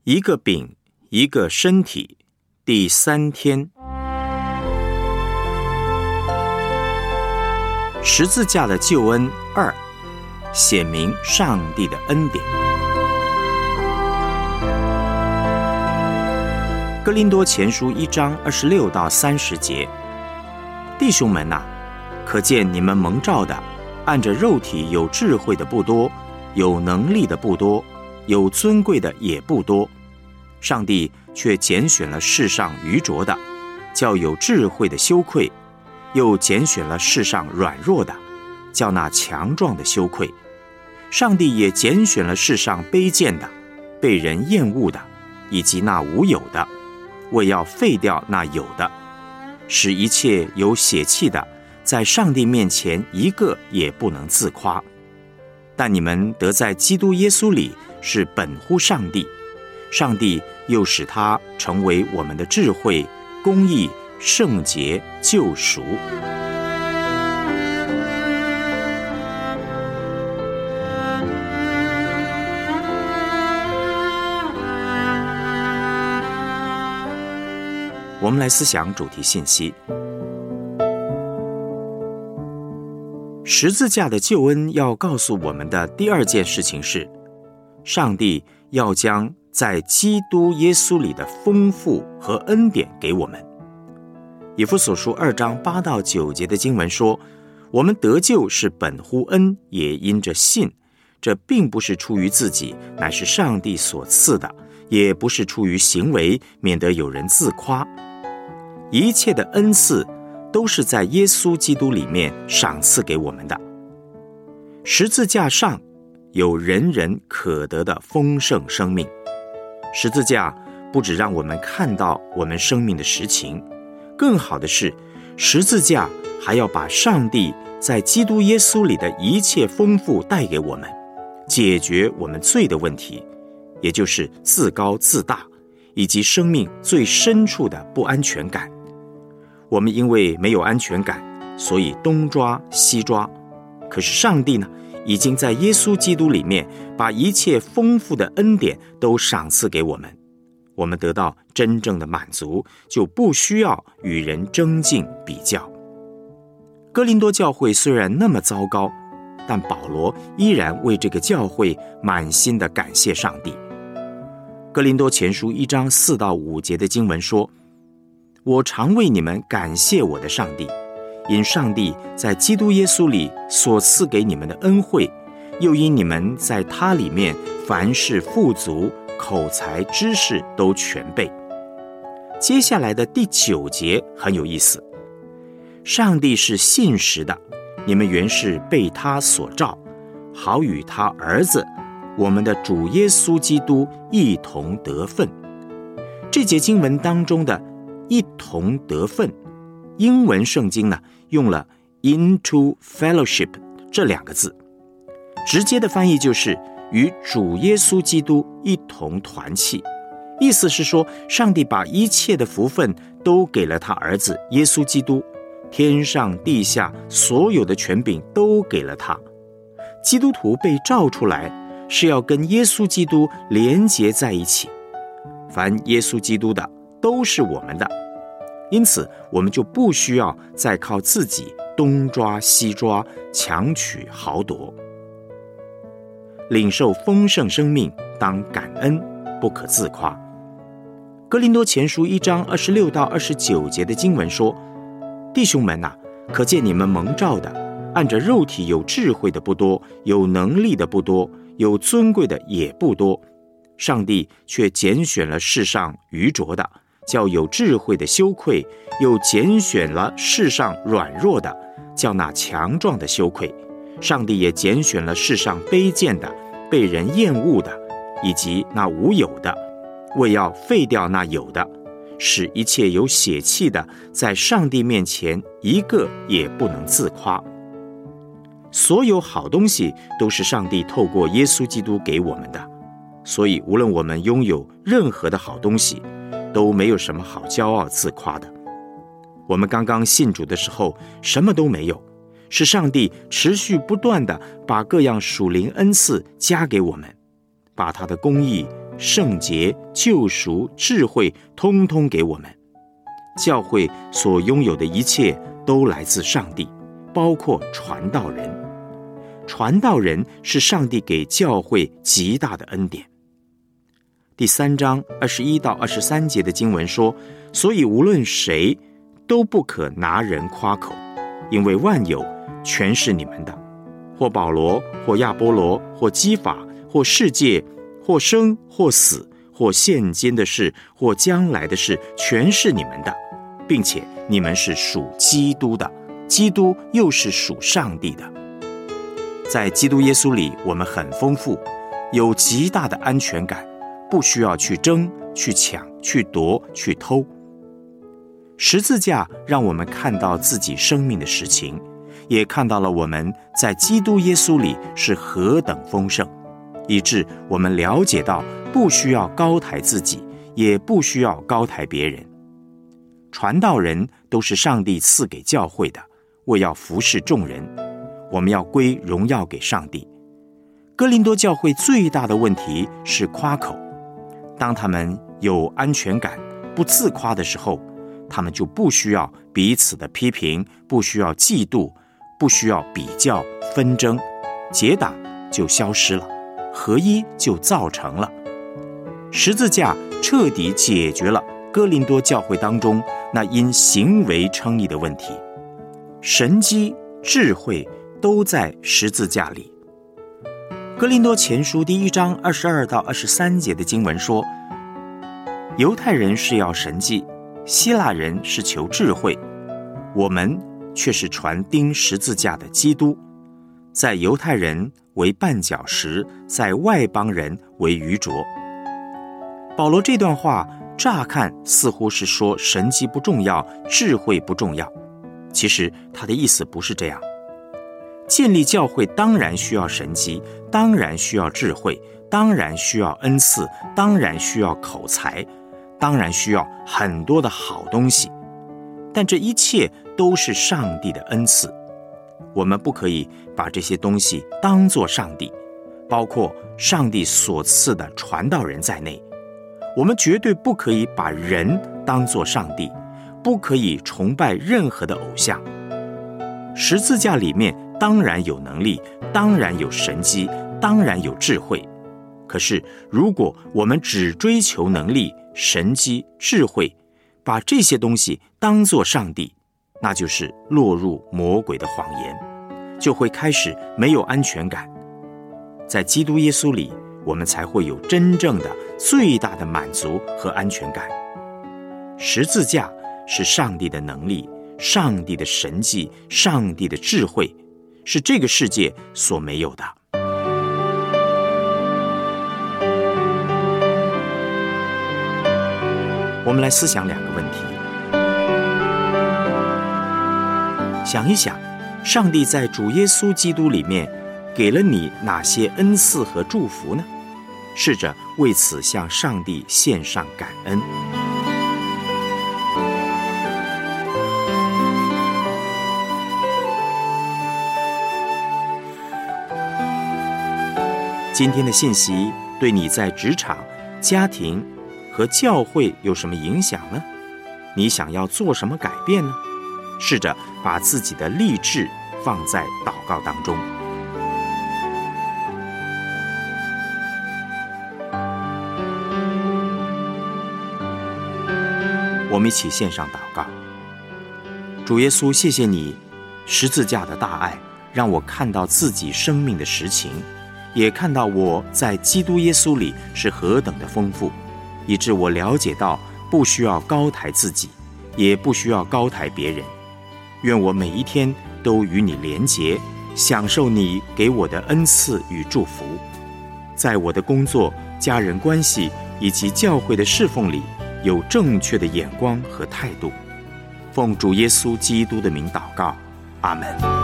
一个饼，一个身体，第3天。十字架的救恩2，显明上帝的恩典。哥林多前书1章26到30节，弟兄们啊，可见你们蒙召的，按着肉体有智慧的不多，有能力的不多，有尊贵的也不多，上帝却拣选了世上愚拙的，叫有智慧的羞愧；又拣选了世上软弱的，叫那强壮的羞愧。上帝也拣选了世上卑贱的，被人厌恶的，以及那无有的，为要废掉那有的，使一切有血气的，在上帝面前一个也不能自夸。但你们得在基督耶稣里是本乎上帝，上帝又使他成为我们的智慧、公义、圣洁、救赎。我们来思想主题信息。十字架的救恩要告诉我们的第2件事情是，上帝要将在基督耶稣里的丰富和恩典给我们。以弗所书2章8到9节的经文说，我们得救是本乎恩，也因着信。这并不是出于自己，乃是上帝所赐的，也不是出于行为，免得有人自夸。一切的恩赐都是在耶稣基督里面赏赐给我们的。十字架上有人人可得的丰盛生命。十字架不只让我们看到我们生命的实情，更好的是，十字架还要把上帝在基督耶稣里的一切丰富带给我们，解决我们罪的问题，也就是自高自大，以及生命最深处的不安全感。我们因为没有安全感，所以东抓西抓。可是上帝呢，已经在耶稣基督里面把一切丰富的恩典都赏赐给我们。我们得到真正的满足，就不需要与人争竞比较。哥林多教会虽然那么糟糕，但保罗依然为这个教会满心的感谢上帝。哥林多前书1章4到5节的经文说，我常为你们感谢我的上帝，因上帝在基督耶稣里所赐给你们的恩惠，又因你们在他里面凡事富足，口才知识都全备。接下来的第9节很有意思，上帝是信实的，你们原是被他所召，好与他儿子我们的主耶稣基督一同得分。这节经文当中的一同得分，英文圣经呢用了 into fellowship 这2个字，直接的翻译就是与主耶稣基督一同团契。意思是说，上帝把一切的福分都给了他儿子耶稣基督，天上地下所有的权柄都给了他。基督徒被召出来，是要跟耶稣基督连结在一起，凡耶稣基督的都是我们的，因此我们就不需要再靠自己东抓西抓，强取豪夺。领受丰盛生命，当感恩，不可自夸。哥林多前书1章26到29节的经文说，弟兄们啊，可见你们蒙召的，按着肉体有智慧的不多，有能力的不多，有尊贵的也不多，上帝却拣选了世上愚拙的，叫有智慧的羞愧；又拣选了世上软弱的，叫那强壮的羞愧。上帝也拣选了世上卑贱的，被人厌恶的，以及那无有的，为要废掉那有的，使一切有血气的，在上帝面前一个也不能自夸。所有好东西都是上帝透过耶稣基督给我们的，所以无论我们拥有任何的好东西，都没有什么好骄傲自夸的。我们刚刚信主的时候什么都没有，是上帝持续不断地把各样属灵恩赐加给我们，把他的公义、 圣洁、救赎、智慧，通通给我们。教会所拥有的一切都来自上帝，包括传道人。传道人是上帝给教会极大的恩典。第3章21到23节的经文说，所以无论谁都不可拿人夸口，因为万有全是你们的，或保罗，或亚波罗，或基法，或世界，或生，或死，或现今的事，或将来的事，全是你们的，并且你们是属基督的，基督又是属上帝的。在基督耶稣里，我们很丰富，有极大的安全感，不需要去争、去抢、去夺、去偷。十字架让我们看到自己生命的实情，也看到了我们在基督耶稣里是何等丰盛，以致我们了解到不需要高抬自己，也不需要高抬别人。传道人都是上帝赐给教会的，为要服侍众人，我们要归荣耀给上帝。哥林多教会最大的问题是夸口，当他们有安全感，不自夸的时候，他们就不需要彼此的批评，不需要嫉妒，不需要比较纷争，结党就消失了，合一就造成了。十字架彻底解决了哥林多教会当中那因行为称义的问题，神机智慧都在十字架里。哥林多前书第1章22到23节的经文说，犹太人是要神迹，希腊人是求智慧，我们却是传钉十字架的基督，在犹太人为绊脚石，在外邦人为愚拙。保罗这段话乍看似乎是说神迹不重要，智慧不重要，其实他的意思不是这样。建立教会当然需要神迹，当然需要智慧，当然需要恩赐，当然需要口才，当然需要很多的好东西，但这一切都是上帝的恩赐。我们不可以把这些东西当作上帝，包括上帝所赐的传道人在内。我们绝对不可以把人当作上帝，不可以崇拜任何的偶像。十字架里面当然有能力，当然有神迹，当然有智慧。可是如果我们只追求能力、神迹、智慧，把这些东西当作上帝，那就是落入魔鬼的谎言，就会开始没有安全感。在基督耶稣里，我们才会有真正的最大的满足和安全感。十字架是上帝的能力，上帝的神迹，上帝的智慧，是这个世界所没有的。我们来思想2个问题。想一想，上帝在主耶稣基督里面给了你哪些恩赐和祝福呢？试着为此向上帝献上感恩。今天的信息对你在职场、家庭和教会有什么影响呢？你想要做什么改变呢？试着把自己的立志放在祷告当中。我们一起献上祷告。主耶稣，谢谢你十字架的大爱，让我看到自己生命的实情，也看到我在基督耶稣里是何等的丰富，以致我了解到不需要高抬自己，也不需要高抬别人。愿我每一天都与你连结，享受你给我的恩赐与祝福，在我的工作、家人关系以及教会的侍奉里有正确的眼光和态度。奉主耶稣基督的名祷告，阿们。